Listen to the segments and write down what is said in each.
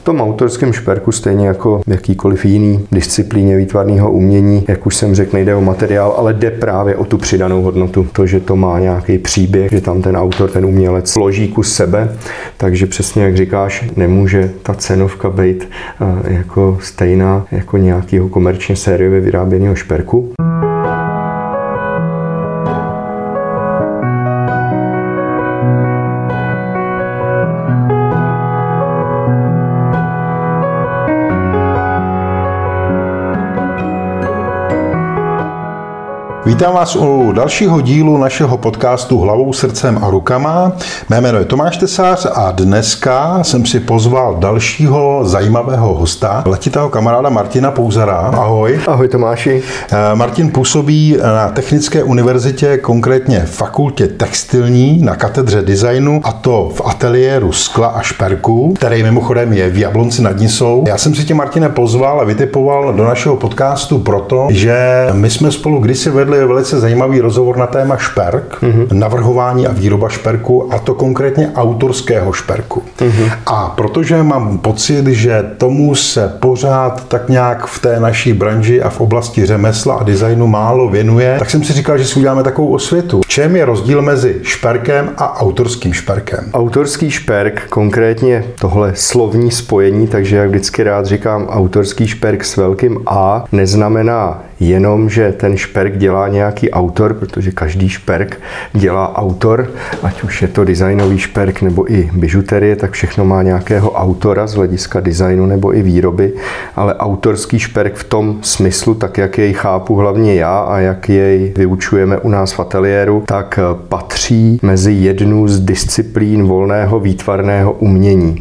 tom autorském šperku, stejně jako v jakýkoliv jiný disciplíně výtvarného umění, jak už jsem řekl, nejde o materiál, ale jde právě o tu přidanou hodnotu. To, že to má nějaký příběh, že tam ten autor, ten umělec vloží kus sebe, takže přesně jak říkáš, nemůže ta cenovka být jako stejná jako nějakého komerčně sériově vyráběného šperku. Vítám vás u dalšího dílu našeho podcastu Hlavou, srdcem a rukama. Mé jméno je Tomáš Tesař a dneska jsem si pozval dalšího zajímavého hosta, letitého kamaráda Martina Pouzara. Ahoj. Ahoj Tomáši. Martin působí na Technické univerzitě, konkrétně fakultě textilní na katedře designu, a to v ateliéru skla a šperku, který mimochodem je v Jablonci nad Nisou. Já jsem si tě, Martine, pozval a vytipoval do našeho podcastu proto, že my jsme spolu kdysi vedli velice zajímavý rozhovor na téma šperk, navrhování a výroba šperku, a to konkrétně autorského šperku. A protože mám pocit, že tomu se pořád tak nějak v té naší branži a v oblasti řemesla a designu málo věnuje, tak jsem si říkal, že si uděláme takovou osvětu. V čem je rozdíl mezi šperkem a autorským šperkem? Autorský šperk, konkrétně tohle slovní spojení, takže jak vždycky rád říkám, autorský šperk s velkým A, neznamená jenom, že ten šperk dělá nějaký autor, protože každý šperk dělá autor, ať už je to designový šperk nebo i bižuterie, tak všechno má nějakého autora z hlediska designu nebo i výroby, ale autorský šperk v tom smyslu, tak jak jej chápu hlavně já a jak jej vyučujeme u nás v ateliéru, tak patří mezi jednu z disciplín volného výtvarného umění.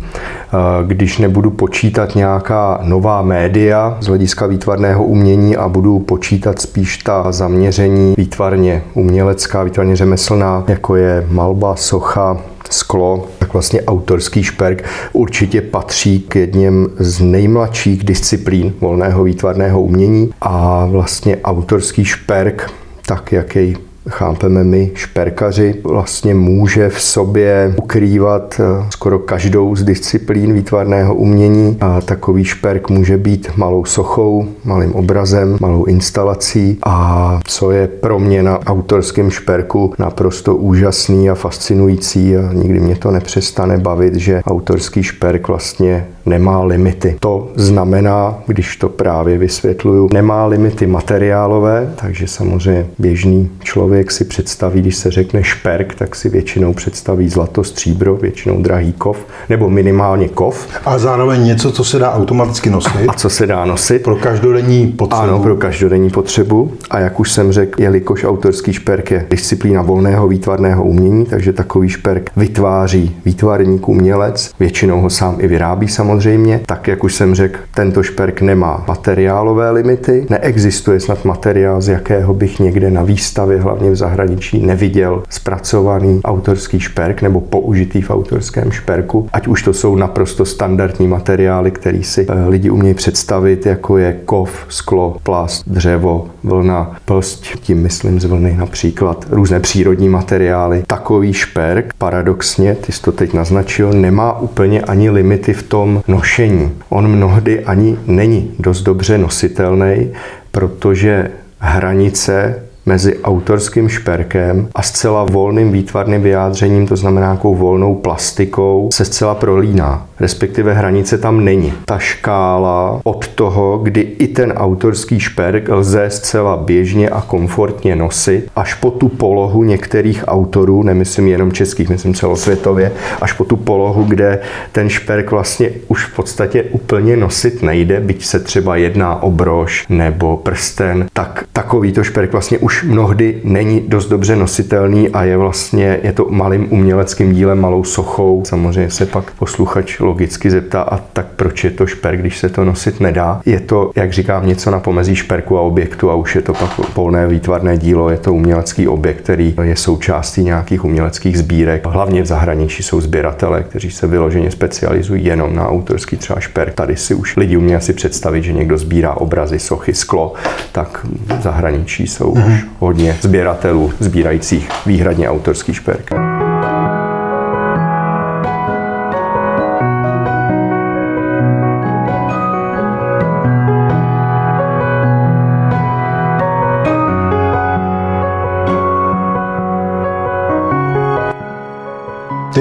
Když nebudu počítat nějaká nová média z hlediska výtvarného umění a budu počítat spíš ta zaměření výtvarně umělecká, výtvarně řemeslná, jako je malba, socha, sklo, tak vlastně autorský šperk určitě patří k jedním z nejmladších disciplín volného výtvarného umění a vlastně autorský šperk, tak jak jej chápeme my, šperkaři, vlastně může v sobě ukrývat skoro každou z disciplín výtvarného umění. A takový šperk může být malou sochou, malým obrazem, malou instalací. A co je pro mě na autorském šperku naprosto úžasný a fascinující, a nikdy mě to nepřestane bavit, že autorský šperk vlastně nemá limity. To znamená, když to právě vysvětluju, nemá limity materiálové, takže samozřejmě běžný člověk si představí, když se řekne šperk, tak si většinou představí zlato, stříbro, většinou drahý kov, nebo minimálně kov. A zároveň něco, co se dá automaticky nosit. A co se dá nosit. Pro každodenní potřebu. Ano, pro každodenní potřebu. A jak už jsem řekl, jelikož autorský šperk je disciplína volného výtvarného umění, takže takový šperk vytváří výtvarník, umělec, většinou ho sám i vyrábí samozřejmě. Tak, jak už jsem řekl, tento šperk nemá materiálové limity, neexistuje snad materiál, z jakého bych někde na výstavě, hlavně v zahraničí, neviděl zpracovaný autorský šperk nebo použitý v autorském šperku. Ať už to jsou naprosto standardní materiály, které si lidi umějí představit, jako je kov, sklo, plast, dřevo, vlna, plst, tím myslím z vlny například, různé přírodní materiály. Takový šperk, paradoxně, ty jsi to teď naznačil, nemá úplně ani limity v tom nošení. On mnohdy ani není dost dobře nositelný, protože hranice mezi autorským šperkem a zcela volným výtvarným vyjádřením, to znamená nějakou volnou plastikou, se zcela prolíná. Respektive hranice tam není. Ta škála od toho, kdy i ten autorský šperk lze zcela běžně a komfortně nosit, až po tu polohu některých autorů, nemyslím jenom českých, myslím celosvětově, až po tu polohu, kde ten šperk vlastně už v podstatě úplně nosit nejde, byť se třeba jedná o brož nebo prsten, tak takovýto šperk vlastně už mnohdy není dost dobře nositelný a je to malým uměleckým dílem, malou sochou. Samozřejmě se pak posluchač logicky zeptá, a tak proč je to šperk, když se to nosit nedá. Je to, jak říkám, něco na pomezí šperku a objektu a už je to pak volné výtvarné dílo, je to umělecký objekt, který je součástí nějakých uměleckých sbírek. Hlavně v zahraničí jsou sběratelé, kteří se vyloženě specializují jenom na autorský třeba šperk. Tady si už lidi umějí si představit, že někdo sbírá obrazy, sochy, sklo, tak v zahraničí jsou už hodně sběratelů sbírajících výhradně autorský šperk.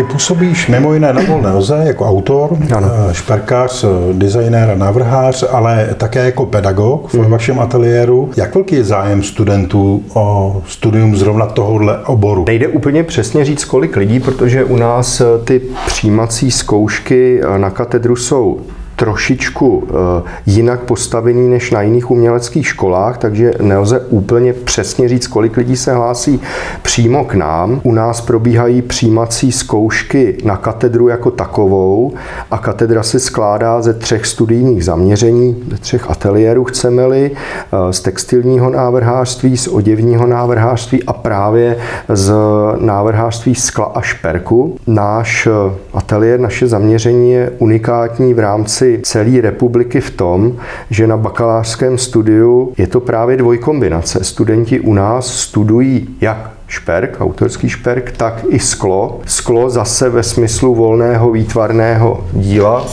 působíš mimo jiné na volné noze jako autor, šperkař, designér a návrhář, ale také jako pedagog v vašem ateliéru. Jak velký je zájem studentů o studium zrovna tohohle oboru? Nejde úplně přesně říct, kolik lidí, protože u nás ty přijímací zkoušky na katedru jsou trošičku jinak postavený než na jiných uměleckých školách, takže nelze úplně přesně říct, kolik lidí se hlásí přímo k nám. U nás probíhají přijímací zkoušky na katedru jako takovou a katedra se skládá ze 3 studijních zaměření, ze 3 ateliérů, chceme-li, z textilního návrhářství, z oděvního návrhářství a právě z návrhářství skla a šperku. Náš ateliér, naše zaměření je unikátní v rámci celé republiky v tom, že na bakalářském studiu je to právě dvojkombinace. Studenti u nás studují jak šperk, autorský šperk, tak i sklo. Sklo zase ve smyslu volného výtvarného díla.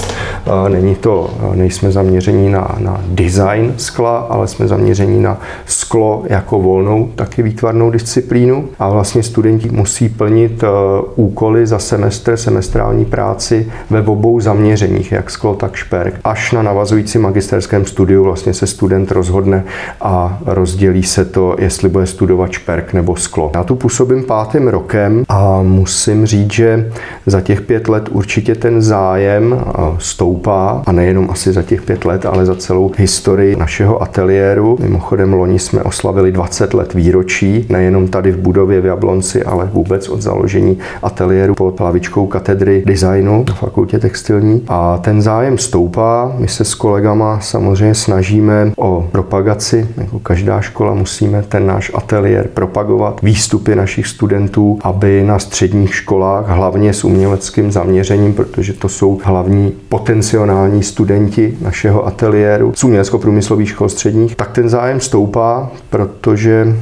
Nejsme zaměření na design skla, ale jsme zaměření na sklo jako volnou, taky výtvarnou disciplínu. A vlastně studenti musí plnit úkoly za semestr, semestrální práci ve obou zaměřeních, jak sklo, tak šperk. Až na navazujícím magisterském studiu vlastně se student rozhodne a rozdělí se to, jestli bude studovat šperk nebo sklo. Já tu působím 5. rokem a musím říct, že za těch 5 let určitě ten zájem stoupá a nejenom asi za těch 5 let, ale za celou historii našeho ateliéru. Mimochodem loni jsme oslavili 20 let výročí, nejenom tady v budově v Jablonci, ale vůbec od založení ateliéru pod hlavičkou katedry designu na fakultě textilní. A ten zájem stoupá. My se s kolegama samozřejmě snažíme o propagaci. Jako každá škola musíme ten náš ateliér propagovat. Výstupy našich studentů, aby na středních školách, hlavně s uměleckým zaměřením, protože to jsou hlavní potenciální studenti našeho ateliéru z umělecko-průmyslových škol středních, tak ten zájem stoupá, protože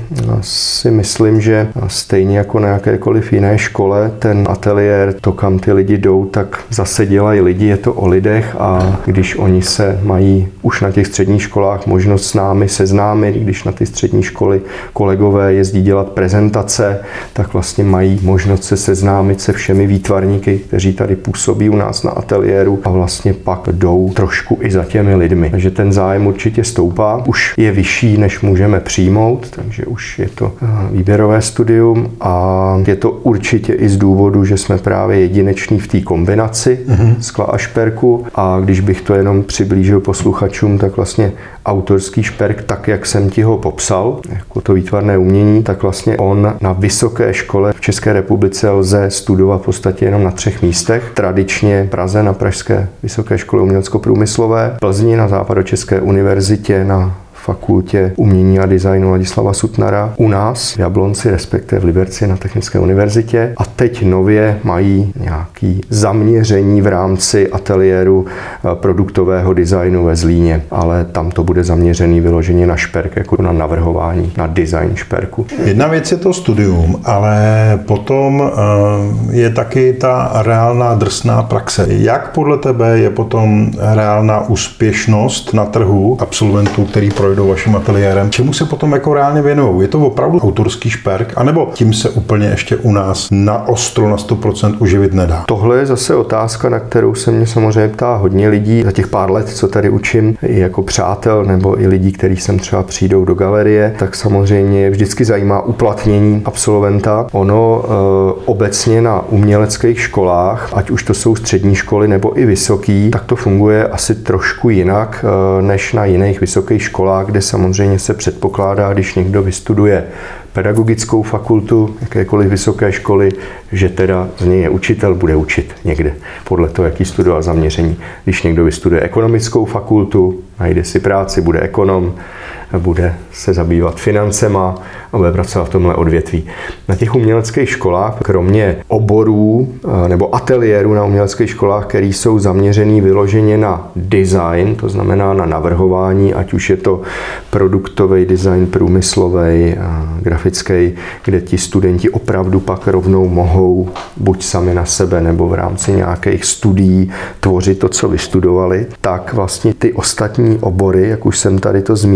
si myslím, že stejně jako na jakékoliv jiné škole, ten ateliér, to kam ty lidi jdou, tak zase dělají lidi, je to o lidech a když oni se mají už na těch středních školách možnost s námi seznámit, když na ty střední školy kolegové jezdí dělat prezentace, tak vlastně mají možnost se seznámit se všemi výtvarníky, kteří tady působí u nás na ateliéru a vlastně pak jdou trošku i za těmi lidmi. Takže ten zájem určitě stoupá. Už je vyšší, než můžeme přijmout, takže už je to výběrové studium a je to určitě i z důvodu, že jsme právě jedineční v té kombinaci skla a šperku a když bych to jenom přiblížil posluchačům, tak vlastně autorský šperk, tak jak jsem ti ho popsal, jako to výtvarné umění, tak vlastně on na vysoké škole v České republice lze studovat v podstatě jenom na 3 místech. Tradičně v Praze na Pražské vysoké škole umělecko-průmyslové, Plzni na Západočeské univerzitě na fakultě umění a designu Ladislava Sutnara, u nás v Jablonci, respektive v Liberci na Technické univerzitě a teď nově mají nějaké zaměření v rámci ateliéru produktového designu ve Zlíně, ale tam to bude zaměřený vyloženě na šperk, jako na navrhování, na design šperku. Jedna věc je to studium, ale potom je taky ta reálná drsná praxe. Jak podle tebe je potom reálná úspěšnost na trhu absolventů, který projdou vaším ateliérem? Čemu se potom jako reálně věnují? Je to opravdu autorský šperk, anebo tím se úplně ještě u nás na ostro na 100% uživit nedá? Tohle je zase otázka, na kterou se mě samozřejmě ptá hodně lidí za těch pár let, co tady učím, i jako přátel nebo i lidí, kteří sem třeba přijdou do galerie, tak samozřejmě vždycky zajímá uplatnění absolventa. Ono obecně na uměleckých školách, ať už to jsou střední školy nebo i vysoký, tak to funguje asi trošku jinak než na jiných vysokých školách, kde samozřejmě se předpokládá, když někdo vystuduje pedagogickou fakultu, jakékoliv vysoké školy, že teda z něj je učitel, bude učit někde, podle toho, jaký studoval zaměření. Když někdo vystuduje ekonomickou fakultu, najde si práci, bude ekonom, bude se zabývat financema a bude pracovat v tomhle odvětví. Na těch uměleckých školách, kromě oborů nebo ateliérů na uměleckých školách, které jsou zaměřený vyloženě na design, to znamená na navrhování, ať už je to produktový design, průmyslový, grafický, kde ti studenti opravdu pak rovnou mohou buď sami na sebe nebo v rámci nějakých studií tvořit to, co vystudovali, tak vlastně ty ostatní obory, jak už jsem tady to zmínil,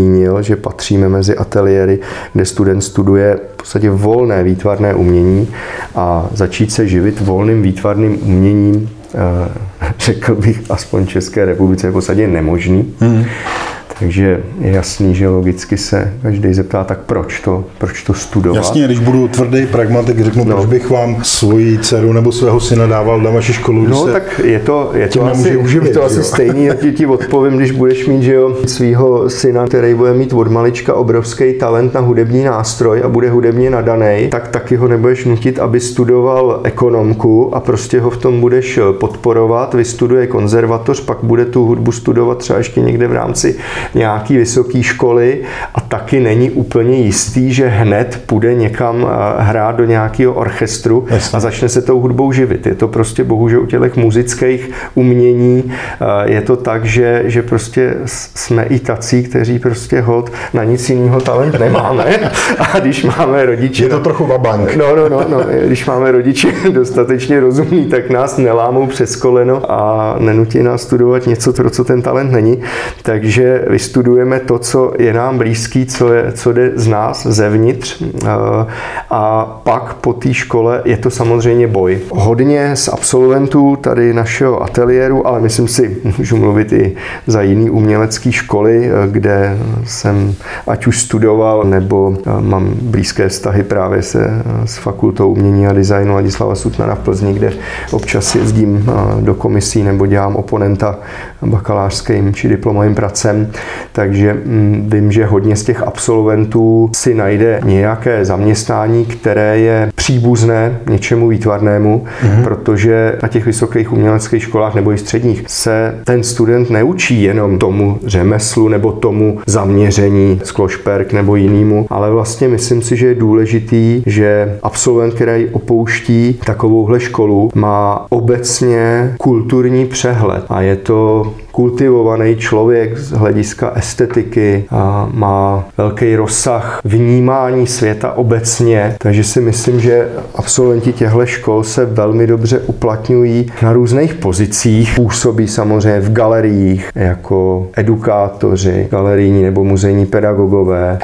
že patříme mezi ateliéry, kde student studuje v podstatě volné výtvarné umění a začít se živit volným výtvarným uměním, řekl bych, aspoň v České republice je v podstatě nemožný. Takže je jasný, že logicky se každý zeptá, tak proč to studovat? Jasně, když budu tvrdý pragmatik, řeknu, proč bych vám svoji dceru nebo svého syna dával na vaši školu, no, tak je to asi stejný, já ti odpovím, když budeš mít, že jo, svýho syna, který bude mít od malička obrovský talent na hudební nástroj a bude hudebně nadaný, tak taky ho nebudeš nutit, aby studoval ekonomku a prostě ho v tom budeš podporovat, vystuduje konzervatoř, pak bude tu hudbu studovat třeba ještě někde v rámci nějaký vysoké školy a taky není úplně jistý, že hned půjde někam hrát do nějakého orchestru a začne se tou hudbou živit. Je to prostě bohužel u těch muzických umění je to tak, že prostě jsme i tací, kteří prostě hod na nic jiného talent nemáme. A když máme rodiče... Je to trochu vabank. No, když máme rodiče dostatečně rozumní, tak nás nelámou přes koleno a nenutí nás studovat něco, pro co ten talent není. Takže vystudujeme to, co je nám blízký, co jde z nás zevnitř a pak po té škole je to samozřejmě boj. Hodně z absolventů tady našeho ateliéru, ale myslím si, můžu mluvit i za jiný umělecké školy, kde jsem ať už studoval, nebo mám blízké vztahy právě s Fakultou umění a designu Ladislava Sutnara v Plzni, kde občas jezdím do komisí nebo dělám oponenta bakalářským či diplomovým pracem. Takže vím, že hodně z těch absolventů si najde nějaké zaměstnání, které je příbuzné něčemu výtvarnému, protože na těch vysokých uměleckých školách nebo i středních se ten student neučí jenom tomu řemeslu nebo tomu zaměření sklošperk nebo jinému, ale vlastně myslím si, že je důležitý, že absolvent, který opouští takovouhle školu, má obecně kulturní přehled a je to kultivovaný člověk z hlediska estetiky a má velký rozsah vnímání světa obecně, takže si myslím, že absolventi těchto škol se velmi dobře uplatňují na různých pozicích. Působí samozřejmě v galeriích jako edukátoři, galerijní nebo muzejní pedagogové.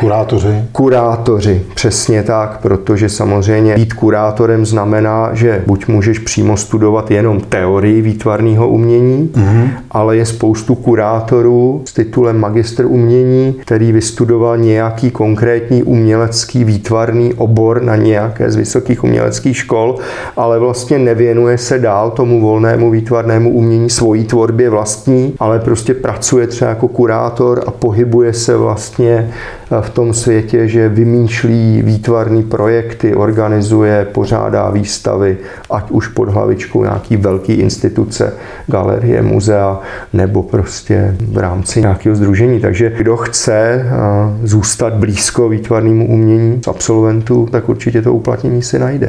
Kurátoři, přesně tak, protože samozřejmě být kurátorem znamená, že buď můžeš přímo studovat jenom teorii výtvarného umění, ale je spoustu kurátorů s titulem magistr umění, který vystudoval nějaký konkrétní umělecký výtvarný obor na nějaké z vysokých uměleckých škol, ale vlastně nevěnuje se dál tomu volnému výtvarnému umění, svojí tvorbě vlastní, ale prostě pracuje třeba jako kurátor a pohybuje se vlastně v tom světě, že vymýšlí výtvarné projekty, organizuje, pořádá výstavy, ať už pod hlavičkou nějaký velký instituce, galerie, muzea, nebo prostě v rámci nějakého sdružení. Takže kdo chce zůstat blízko výtvarnému umění z absolventů, tak určitě to uplatnění si najde.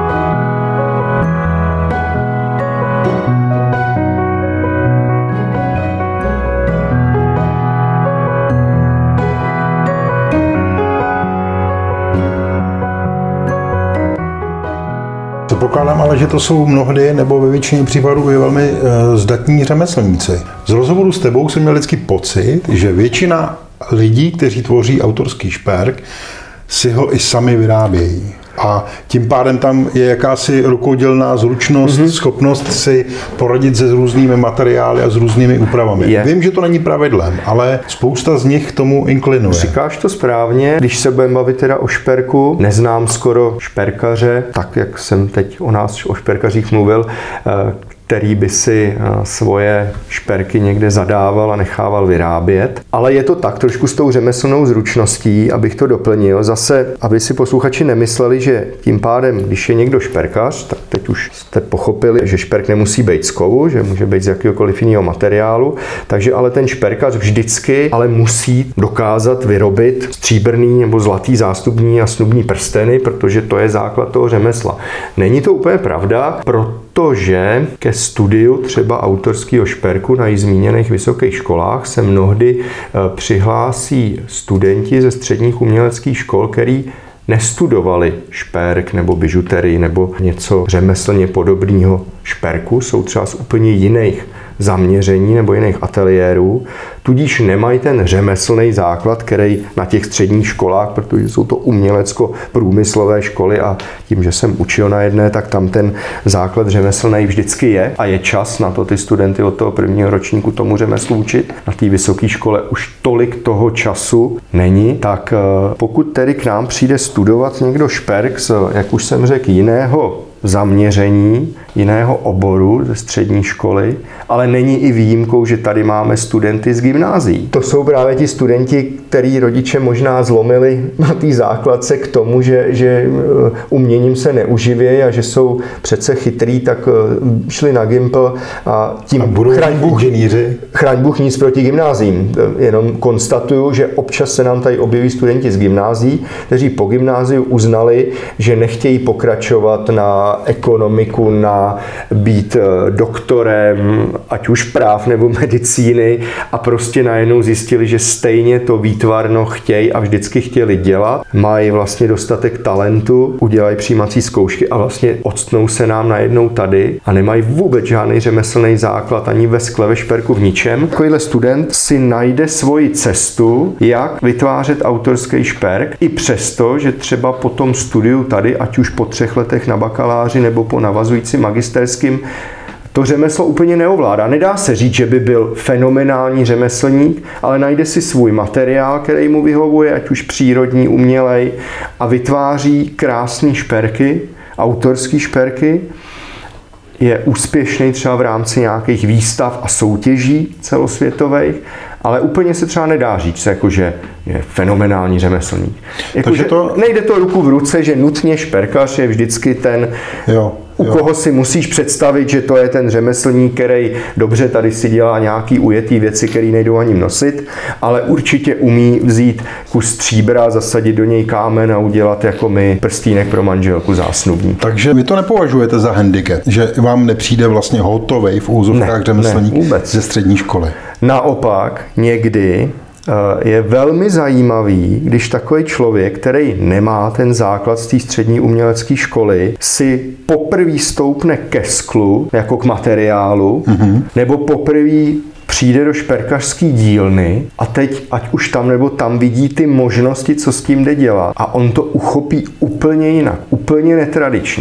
Předpokládám ale, že to jsou mnohdy nebo ve většině případů i velmi zdatní řemeslníci. Z rozhovoru s tebou jsem měl vždycky pocit, že většina lidí, kteří tvoří autorský šperk, si ho i sami vyrábějí. A tím pádem tam je jakási rukodělná zručnost, schopnost si poradit se s různými materiály a s různými úpravami. Vím, že to není pravidlem, ale spousta z nich k tomu inklinuje. Říkáš to správně, když se budeme bavit teda o šperku, neznám skoro šperkaře, tak jak jsem teď o nás o šperkařích mluvil, který by si svoje šperky někde zadával a nechával vyrábět. Ale je to tak trošku s tou řemeslnou zručností, abych to doplnil. Zase, aby si posluchači nemysleli, že tím pádem, když je někdo šperkař, tak teď už jste pochopili, že šperk nemusí být z kovu, že může být z jakéhokoliv jiného materiálu. Takže ale ten šperkař vždycky ale musí dokázat vyrobit stříbrný nebo zlatý zástupní a snubní prsteny, protože to je základ toho řemesla. Není to úplně pravda, protože ke studiu třeba autorského šperku na již zmíněných vysokých školách se mnohdy přihlásí studenti ze středních uměleckých škol, který nestudovali šperk nebo bižuterii nebo něco řemeslně podobného šperku, jsou třeba z úplně jiných zaměření nebo jiných ateliérů, tudíž nemají ten řemeslný základ, který na těch středních školách, protože jsou to umělecko-průmyslové školy a tím, že jsem učil na jedné, tak tam ten základ řemeslný vždycky je a je čas na to ty studenty od toho prvního ročníku tomu řemeslu učit. Na té vysoké škole už tolik toho času není, tak pokud tedy k nám přijde studovat někdo šperk z, jak už jsem řekl, jiného zaměření, jiného oboru ze střední školy, ale není i výjimkou, že tady máme studenty z gymnázií. To jsou právě ti studenti, který rodiče možná zlomili na té základce k tomu, že uměním se neuživějí a že jsou přece chytrý, tak šli na Gimpl a tím chraň Bůh nic proti gymnáziím. Jenom konstatuju, že občas se nám tady objeví studenti z gymnázií, kteří po gymnáziu uznali, že nechtějí pokračovat na ekonomiku, na být doktorem, ať už práv nebo medicíny a prostě najednou zjistili, že stejně to výtvarno chtějí a vždycky chtěli dělat. Mají vlastně dostatek talentu, udělají přijímací zkoušky a vlastně odstnou se nám najednou tady a nemají vůbec žádný řemeslný základ ani ve skle, ve šperku, v ničem. Takovýhle student si najde svoji cestu, jak vytvářet autorský šperk, i přesto, že třeba po tom studiu tady, ať už po 3 letech na bakaláři nebo po navazujícím magisterským, to řemeslo úplně neovládá. Nedá se říct, že by byl fenomenální řemeslník, ale najde si svůj materiál, který mu vyhovuje, ať už přírodní, umělej, a vytváří krásné šperky, autorské šperky. Je úspěšný třeba v rámci nějakých výstav a soutěží celosvětových, ale úplně se třeba nedá říct, jako že je fenomenální řemeslník. Jako, nejde to ruku v ruce, že nutně šperkař je vždycky ten, u koho si musíš představit, že to je ten řemeslník, který dobře tady si dělá nějaký ujetý věci, které nejdou ani nosit, ale určitě umí vzít kus stříbra, zasadit do něj kámen a udělat jako my prstínek pro manželku zásnubní. Takže vy to nepovažujete za handicap, že vám nepřijde vlastně hotovej v úzovkách řemeslník ze střední školy? Naopak, někdy je velmi zajímavý, když takový člověk, který nemá ten základ z té střední umělecké školy, si poprvé stoupne ke sklu, jako k materiálu, nebo poprvé přijde do šperkařské dílny a teď, ať už tam nebo tam, vidí ty možnosti, co s tím jde dělat. A on to uchopí úplně jinak, úplně netradičně.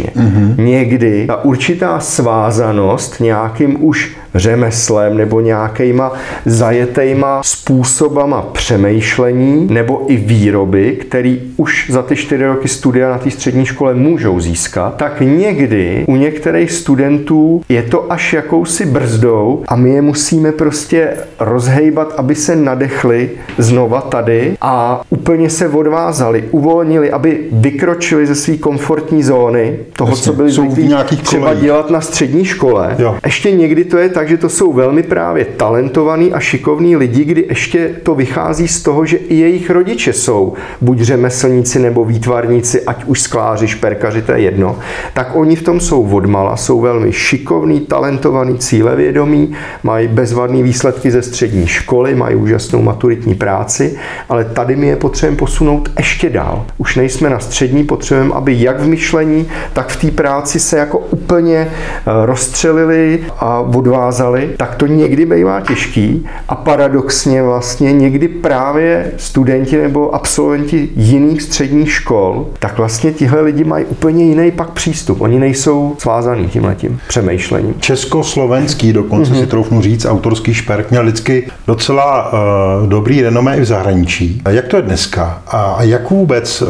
Někdy ta určitá svázanost nějakým už řemeslem nebo nějakýma zajetejma způsobama přemýšlení nebo i výroby, který už za ty 4 roky studia na té střední škole můžou získat, tak někdy u některých studentů je to až jakousi brzdou a my je musíme prostě rozhejbat, aby se nadechli znova tady a úplně se odvázali, uvolnili, aby vykročili ze své komfortní zóny, toho, co byli zvyklí třeba dělat na střední škole. Ještě někdy to je tak, že to jsou velmi právě talentovaní a šikovní lidi, kdy ještě to vychází z toho, že i jejich rodiče jsou buď řemeslníci nebo výtvarníci, ať už skláři, šperkaři, to je jedno, tak oni v tom jsou odmala, jsou velmi šikovní, talentovaní, cílevědomí, mají bezvadné výsledky ze střední školy, mají úžasnou maturitní práci, ale tady my je potřebujeme posunout ještě dál. Už nejsme na střední, potřebujeme, aby jak v myšlení, tak v té práci se jako úplně rozstřelili a odvázali, tak to někdy bývá těžký a paradoxně vlastně někdy právě studenti nebo absolventi jiných středních škol, tak vlastně tihle lidi mají úplně jiný pak přístup. Oni nejsou svázaný tímhletím přemýšlením. Československý, dokonce si troufnu říct, autorský šperk měl vždycky docela dobrý renomé i v zahraničí. Jak to je dneska? A jak vůbec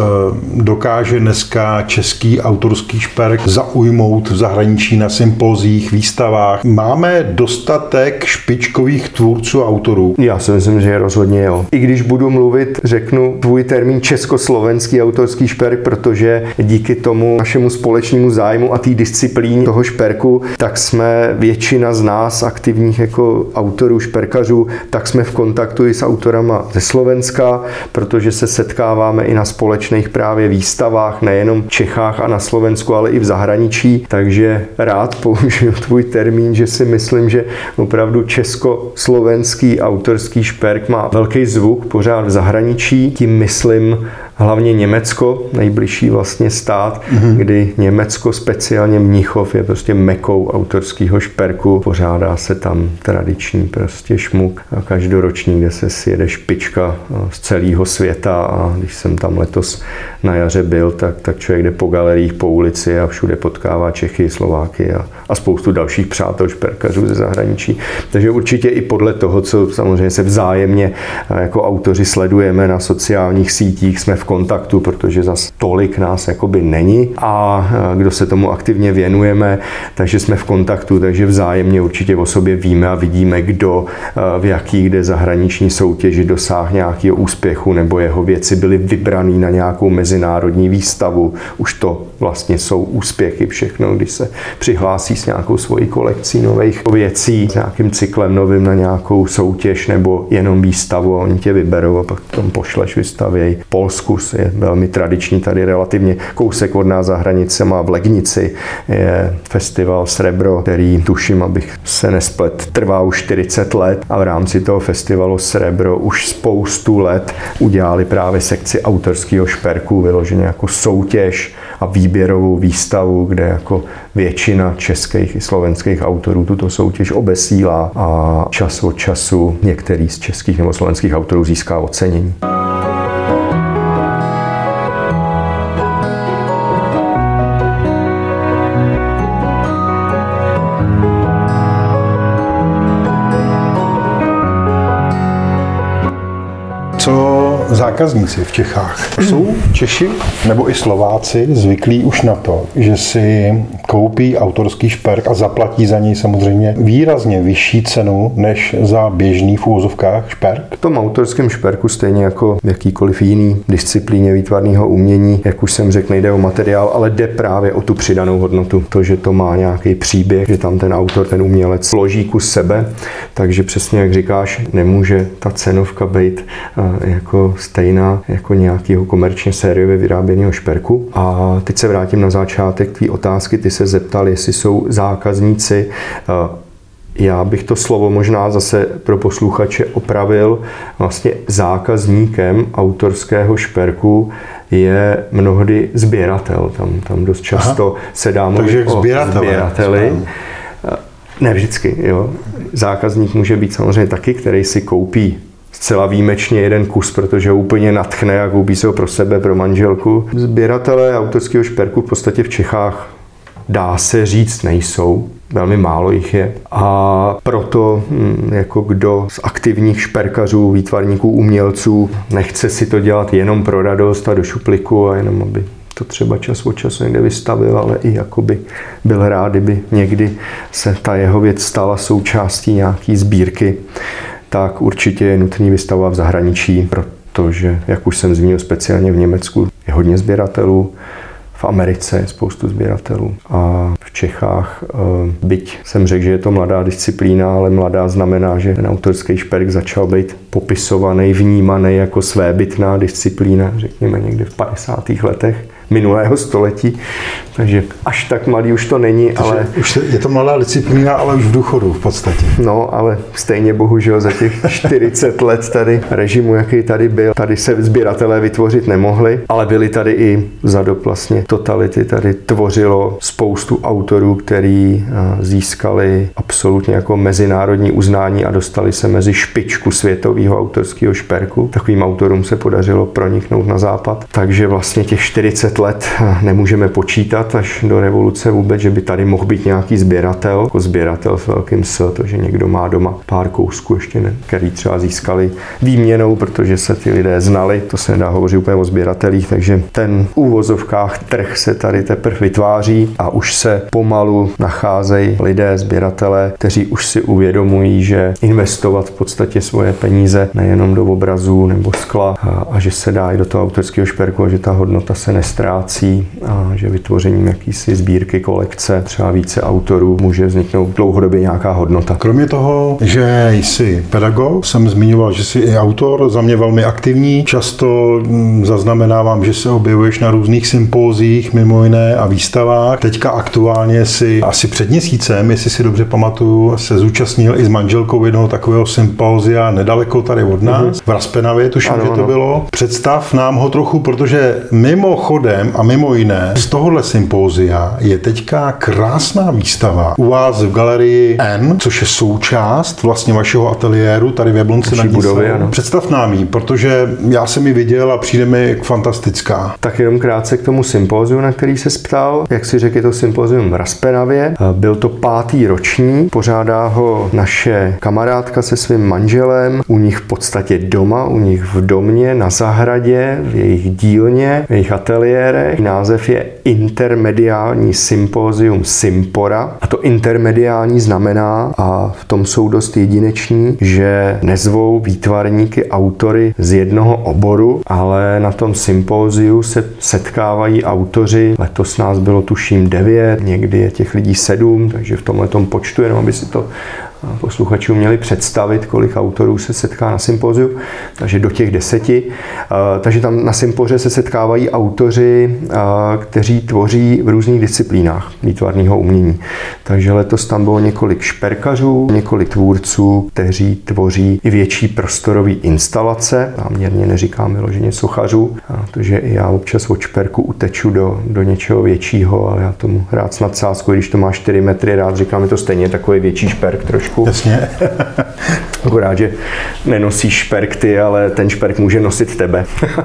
dokáže dneska český autorský šperk zaujmout v zahraničí na sympozích, výstavách? Máme dostatek špičkových tvůrců a autorů? Já si myslím, že rozhodně jo. I když budu mluvit, řeknu tvůj termín československý autorský šperk, protože díky tomu našemu společnému zájmu a té disciplíně toho šperku, tak jsme většina z nás aktivních jako autorů, šperkařů, tak jsme v kontaktu i s autorama ze Slovenska, protože se setkáváme i na společných právě výstavách, nejenom v Čechách a na Slovensku, ale i v zahraničí. Takže rád použiju tvůj termín, že si myslím, že opravdu československý autorský šperk má velký zvuk pořád v zahraničí. Tím myslím hlavně Německo, nejbližší vlastně stát, kdy Německo, speciálně Mnichov, je prostě mekou autorského šperku. Pořádá se tam tradiční prostě šmuk každoroční, kde se sjede špička z celého světa, a když jsem tam letos na jaře byl, tak člověk jde po galeriích, po ulici a všude potkává Čechy, Slováky a spoustu dalších přátel šperkařů ze zahraničí. Takže určitě i podle toho, co samozřejmě se vzájemně jako autoři sledujeme na sociálních sítích, jsme v kontaktu, protože zas tolik nás jakoby není, a kdo se tomu aktivně věnujeme, takže jsme v kontaktu, takže vzájemně určitě o sobě víme a vidíme, kdo v jaký kde zahraniční soutěži dosáhl nějakého úspěchu, nebo jeho věci byly vybraný na nějakou mezinárodní výstavu. Už to vlastně jsou úspěchy všechno, když se přihlásí s nějakou svojí kolekcí nových věcí, s nějakým cyklem novým na nějakou soutěž nebo jenom výstavu, a oni tě vyberou a pak tam pošleš, vystavěj. Polsku je velmi tradiční, tady relativně kousek od nás za hranice má v Legnici je festival Srebro, který tuším, abych se nesplet, trvá už 40 let, a v rámci toho festivalu Srebro už spoustu let udělali právě sekci autorského šperku, vyloženě jako soutěž a výběrovou výstavu, kde jako většina českých i slovenských autorů tuto soutěž obesílá a čas od času některý z českých nebo slovenských autorů získá ocenění. Co zákazníci v Čechách? Jsou Češi nebo i Slováci zvyklí už na to, že si koupí autorský šperk a zaplatí za něj samozřejmě výrazně vyšší cenu než za běžný v úvozovkách šperk? V tom autorském šperku, stejně jako v jakýkoliv jiný disciplíně výtvarného umění, jak už jsem řekl, nejde o materiál, ale jde právě o tu přidanou hodnotu. To, že to má nějaký příběh, že tam ten autor, ten umělec složí kus sebe, takže přesně jak říkáš, nemůže ta cenovka být jako stejná jako nějakého komerčně sériově vyráběného šperku. A teď se vrátím na začátek tvý otázky. Ty se zeptal, jestli jsou zákazníci. Já bych to slovo možná zase pro posluchače opravil. Vlastně zákazníkem autorského šperku je mnohdy sběratel. Tam dost často se dá mluvit o sběrateli. Ne vždycky, jo. Zákazník může být samozřejmě taky, který si koupí zcela výjimečně jeden kus, protože ho úplně nadchne a koupí se ho pro sebe, pro manželku. Sběratelé autorského šperku v podstatě v Čechách, dá se říct, nejsou. Velmi málo jich je. A proto jako kdo z aktivních šperkařů, výtvarníků, umělců nechce si to dělat jenom pro radost a do šupliku a jenom aby to třeba čas od času někde vystavil, ale i jakoby byl rád, kdyby někdy se ta jeho věc stala součástí nějaký sbírky, tak určitě je nutný vystavovat v zahraničí, protože, jak už jsem zmínil, speciálně v Německu je hodně sběratelů, v Americe je spoustu sběratelů a v Čechách, byť jsem řekl, že je to mladá disciplína, ale mladá znamená, že ten autorský šperk začal být popisovaný, vnímaný jako svébytná disciplína, řekněme někde v 50. letech minulého století, takže až tak mladý už to není, takže ale... Už je to mladá disciplína, ale už v důchodu v podstatě. No, ale stejně bohužel za těch 40 let tady režimu, jaký tady byl, tady se sběratelé vytvořit nemohli, ale byli tady i za dob vlastně totality, tady tvořilo spoustu autorů, který získali absolutně jako mezinárodní uznání a dostali se mezi špičku světového autorského šperku. Takovým autorům se podařilo proniknout na západ, takže vlastně těch 40 let nemůžeme počítat až do revoluce vůbec, že by tady mohl být nějaký sběratel, jako sběratel s velkým S, to, že někdo má doma pár kousků ještě, ne, který třeba získali výměnou, protože se ty lidé znali, to se nedá hovořit úplně o sběratelích, takže ten v úvozovkách trh se tady teprve vytváří a už se pomalu nacházejí lidé, sběratelé, kteří už si uvědomují, že investovat v podstatě svoje peníze nejenom do obrazů nebo skla a že se dá i do toho autorského šperku a že ta hodnota se nestratí prací a že vytvořením jakýsi sbírky, kolekce, třeba více autorů, může vzniknout dlouhodobě nějaká hodnota. Kromě toho, že jsi pedagog, jsem zmiňoval, že jsi i autor, za mě velmi aktivní. Často zaznamenávám, že se objevuješ na různých sympóziích, mimo jiné, a výstavách. Teďka aktuálně si asi před měsícem, jestli si dobře pamatuju, se zúčastnil i s manželkou jednoho takového sympózia nedaleko tady od nás, v Raspenavě, tuším, že to bylo. Představ nám ho trochu, protože mimochodem a mimo jiné z tohohle sympózia je teďka krásná výstava u vás v galerii N, což je součást vlastně vašeho ateliéru tady v Jablonci nad Nisou. Představ nám ji, protože já jsem ji viděl a přijde mi fantastická. Tak jenom krátce k tomu sympóziu, na který se ptal. Jak si řekl, je to sympózium v Raspenavě. Byl to 5. ročník, pořádá ho naše kamarádka se svým manželem, u nich v podstatě doma, u nich v domě, na zahradě, v jejich dílně, v jejich ateliérech. Název je Intermediální sympózium Sympora. A to intermediální znamená, a v tom jsou dost jedineční, že nezvou výtvarníky, autory z jednoho oboru, ale na tom sympóziu se setkávají autoři. Letos nás bylo tuším 9, někdy je těch lidí 7, takže v tomhletom počtu, jenom aby si to posluchačů měli představit, kolik autorů se setká na sympóziu, takže do těch 10. Takže tam na sympoře se setkávají autoři, kteří tvoří v různých disciplínách výtvarného umění. Takže letos tam bylo několik šperkařů, několik tvůrců, kteří tvoří i větší prostorové instalace. Záměrně neříkám vyloženě sochařů, protože i já občas od šperku uteču do něčeho většího, ale já tomu rád s nadsázkou, když to má 4 metry, rád říkám, je to stejně takový větší šperk trošku. Jasně. Akorát, že nenosíš šperk ty, ale ten šperk může nosit tebe.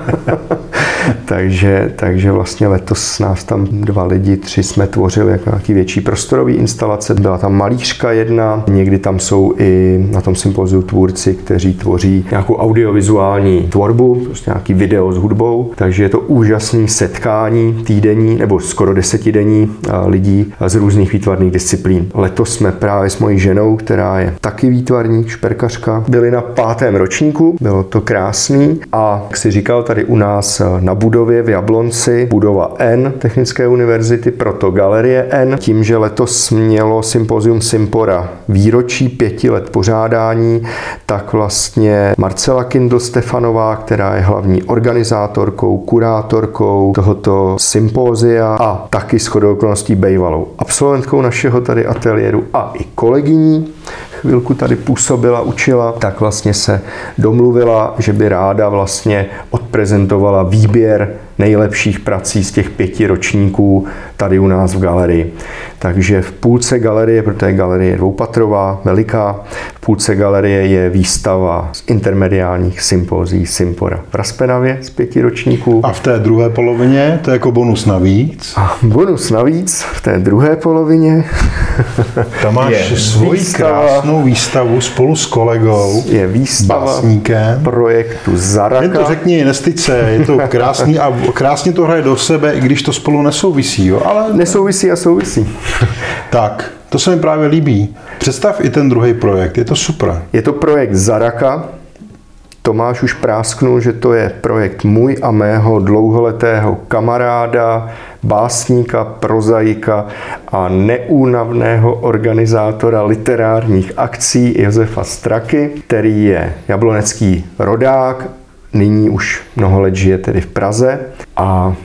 takže vlastně letos nás tam 2 lidi, 3 jsme tvořili jako nějaký větší prostorový instalace. Byla tam malířka jedna, někdy tam jsou i na tom sympóziu tvůrci, kteří tvoří nějakou audiovizuální tvorbu, prostě nějaký video s hudbou. Takže je to úžasný setkání týdenní nebo skoro 10denní lidí z různých výtvarných disciplín. Letos jsme právě s mojí ženou, která je taky výtvarník, šperkařka, byli na 5. ročníku, bylo to krásný a jak si říkal, tady u nás na budově v Jablonci, budova N Technické univerzity, proto galerie N, tím, že letos mělo sympózium Sympora výročí 5 let pořádání, tak vlastně Marcela Kindl-Stefanová, která je hlavní organizátorkou, kurátorkou tohoto sympózia a taky shodou okolností bývalou absolventkou našeho tady ateliéru a i kolegyní, chvilku tady působila, učila, tak vlastně se domluvila, že by ráda vlastně odprezentovala výběr nejlepších prací z těch 5 ročníků tady u nás v galerii. Takže v půlce galerie, protože galerie je dvoupatrová, veliká, v půlce galerie je výstava z intermediálních sympózií Sympora v Raspenavě z 5 ročníků. A v té druhé polovině, to je jako bonus navíc. A bonus navíc v té druhé polovině. Tam máš svoji krásnou výstavu spolu s kolegou, je výstava básníkem projektu Zaraka. Jen to řekni, nestyď se, je to krásný a krásně to hraje do sebe, i když to spolu nesouvisí. Jo? Ale nesouvisí a souvisí. Tak, to se mi právě líbí. Představ i ten druhý projekt, je to super. Je to projekt Zaraka. Tomáš už prásknul, že to je projekt můj a mého dlouholetého kamaráda, básníka, prozaika a neúnavného organizátora literárních akcí Josefa Straky, který je jablonecký rodák, nyní už mnoho let žije tedy v Praze a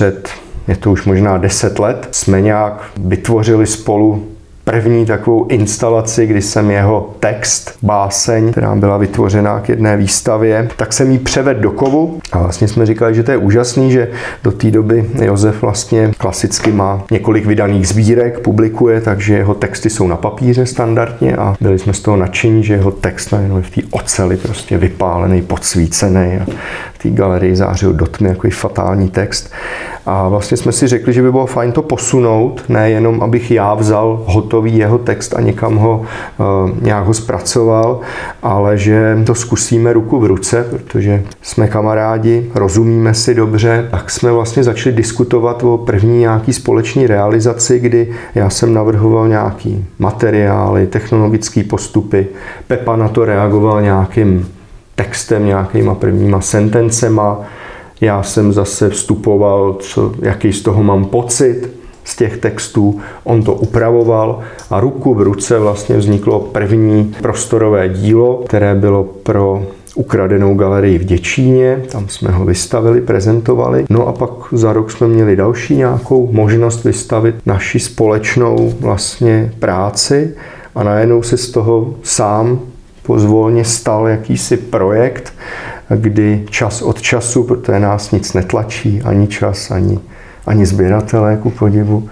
je to už možná 10 let, jsme nějak vytvořili spolu první takovou instalaci, kdy jsem jeho text, báseň, která byla vytvořena k jedné výstavě, tak jsem ji převedl do kovu a vlastně jsme říkali, že to je úžasný, že do té doby Josef vlastně klasicky má několik vydaných sbírek, publikuje, takže jeho texty jsou na papíře standardně a byli jsme z toho nadšení, že jeho text najednou v té oceli prostě vypálený, podsvícený a v té galerii zářil do tmy, jako fatální text. A vlastně jsme si řekli, že by bylo fajn to posunout, nejenom abych já vzal hotový jeho text a někam ho nějak ho zpracoval, ale že to zkusíme ruku v ruce, protože jsme kamarádi, rozumíme si dobře, tak jsme vlastně začali diskutovat o první nějaký společný realizaci, kdy já jsem navrhoval nějaký materiály, technologické postupy, Pepa na to reagoval nějakým textem, nějakýma prvníma sentencema, Já jsem zase vstupoval, jaký z toho mám pocit z těch textů. On to upravoval a ruku v ruce vlastně vzniklo první prostorové dílo, které bylo pro Ukradenou galerii v Děčíně. Tam jsme ho vystavili, prezentovali. No a pak za rok jsme měli další nějakou možnost vystavit naši společnou vlastně práci a najednou se z toho sám pozvolně stal jakýsi projekt, kdy čas od času, protože nás nic netlačí, ani čas, ani sběratelé, ku podivu,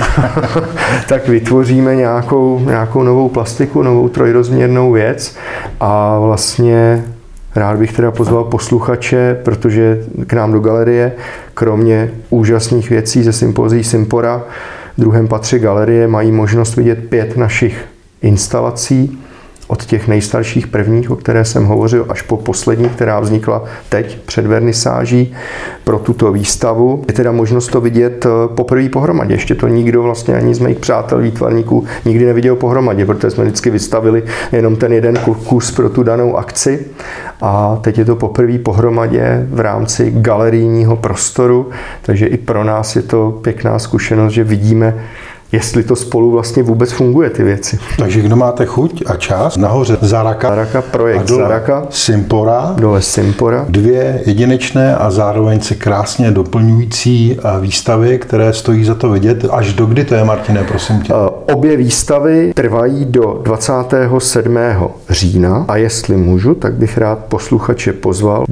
tak vytvoříme nějakou novou plastiku, novou trojrozměrnou věc a vlastně rád bych teda pozval posluchače, protože k nám do galerie, kromě úžasných věcí ze sympozí Sympora, v druhém patře galerie mají možnost vidět 5 našich instalací, od těch nejstarších prvních, o které jsem hovořil, až po poslední, která vznikla teď před vernisáží pro tuto výstavu. Je teda možnost to vidět poprvé pohromadě. Ještě to nikdo vlastně ani z mých přátel výtvarníků nikdy neviděl pohromadě, protože jsme vždycky vystavili jenom ten jeden kus pro tu danou akci. A teď je to poprvé pohromadě v rámci galerijního prostoru, takže i pro nás je to pěkná zkušenost, že vidíme, jestli to spolu vlastně vůbec funguje, ty věci. Takže kdo máte chuť a čas, nahoře Zaraka, projekt Zaraka, Sympora, dole Sympora. 2 jedinečné a zároveň se krásně doplňující výstavy, které stojí za to vidět. Až do kdy to je, Martine, prosím tě? Obě výstavy trvají do 27. října a jestli můžu, tak bych rád posluchače pozval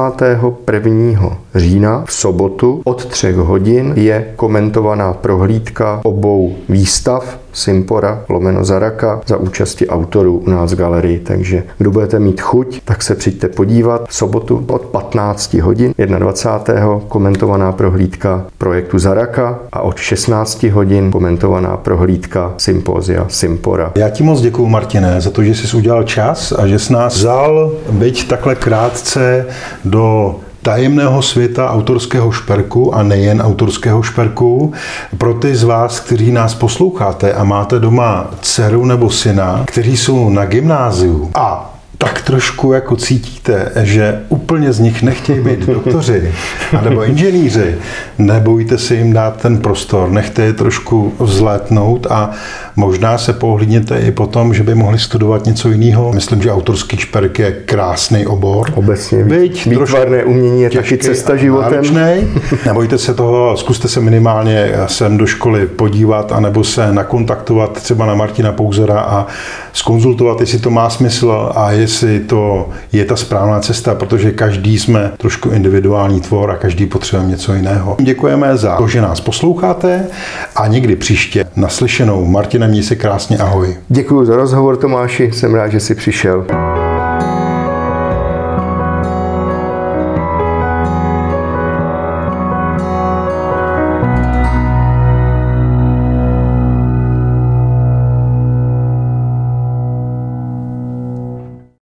21. října v sobotu od 3 hodin je komentovaná prohlídka obou výstav Sympora / Zaraka za účasti autorů u nás v galerii. Takže kdo budete mít chuť, tak se přijďte podívat. V sobotu od 15 hodin 21. komentovaná prohlídka projektu Zaraka a od 16 hodin komentovaná prohlídka sympózia Sympora. Já ti moc děkuju, Martine, za to, že jsi udělal čas a že jsi nás vzal, byť takhle krátce, do tajemného světa autorského šperku a nejen autorského šperku. Pro ty z vás, kteří nás posloucháte a máte doma dceru nebo syna, kteří jsou na gymnáziu a tak trošku jako cítíte, že úplně z nich nechtějí být doktoři nebo inženýři, nebojte se jim dát ten prostor, nechte je trošku vzlétnout a možná se pohlídněte i potom, že by mohli studovat něco jiného. Myslím, že autorský šperk je krásný obor. Obecně výtvarné umění je taky cesta životem. Náročnej. Nebojte se toho, zkuste se minimálně sem do školy podívat anebo se nakontaktovat třeba na Martina Pouzera a zkonzultovat, jestli to má smysl a jestli to je ta správná cesta, protože každý jsme trošku individuální tvor a každý potřebuje něco jiného. Děkujeme za to, že nás posloucháte a někdy příště naslyšenou. Martina, měj se krásně, ahoj. Děkuji za rozhovor, Tomáši, jsem rád, že jsi přišel.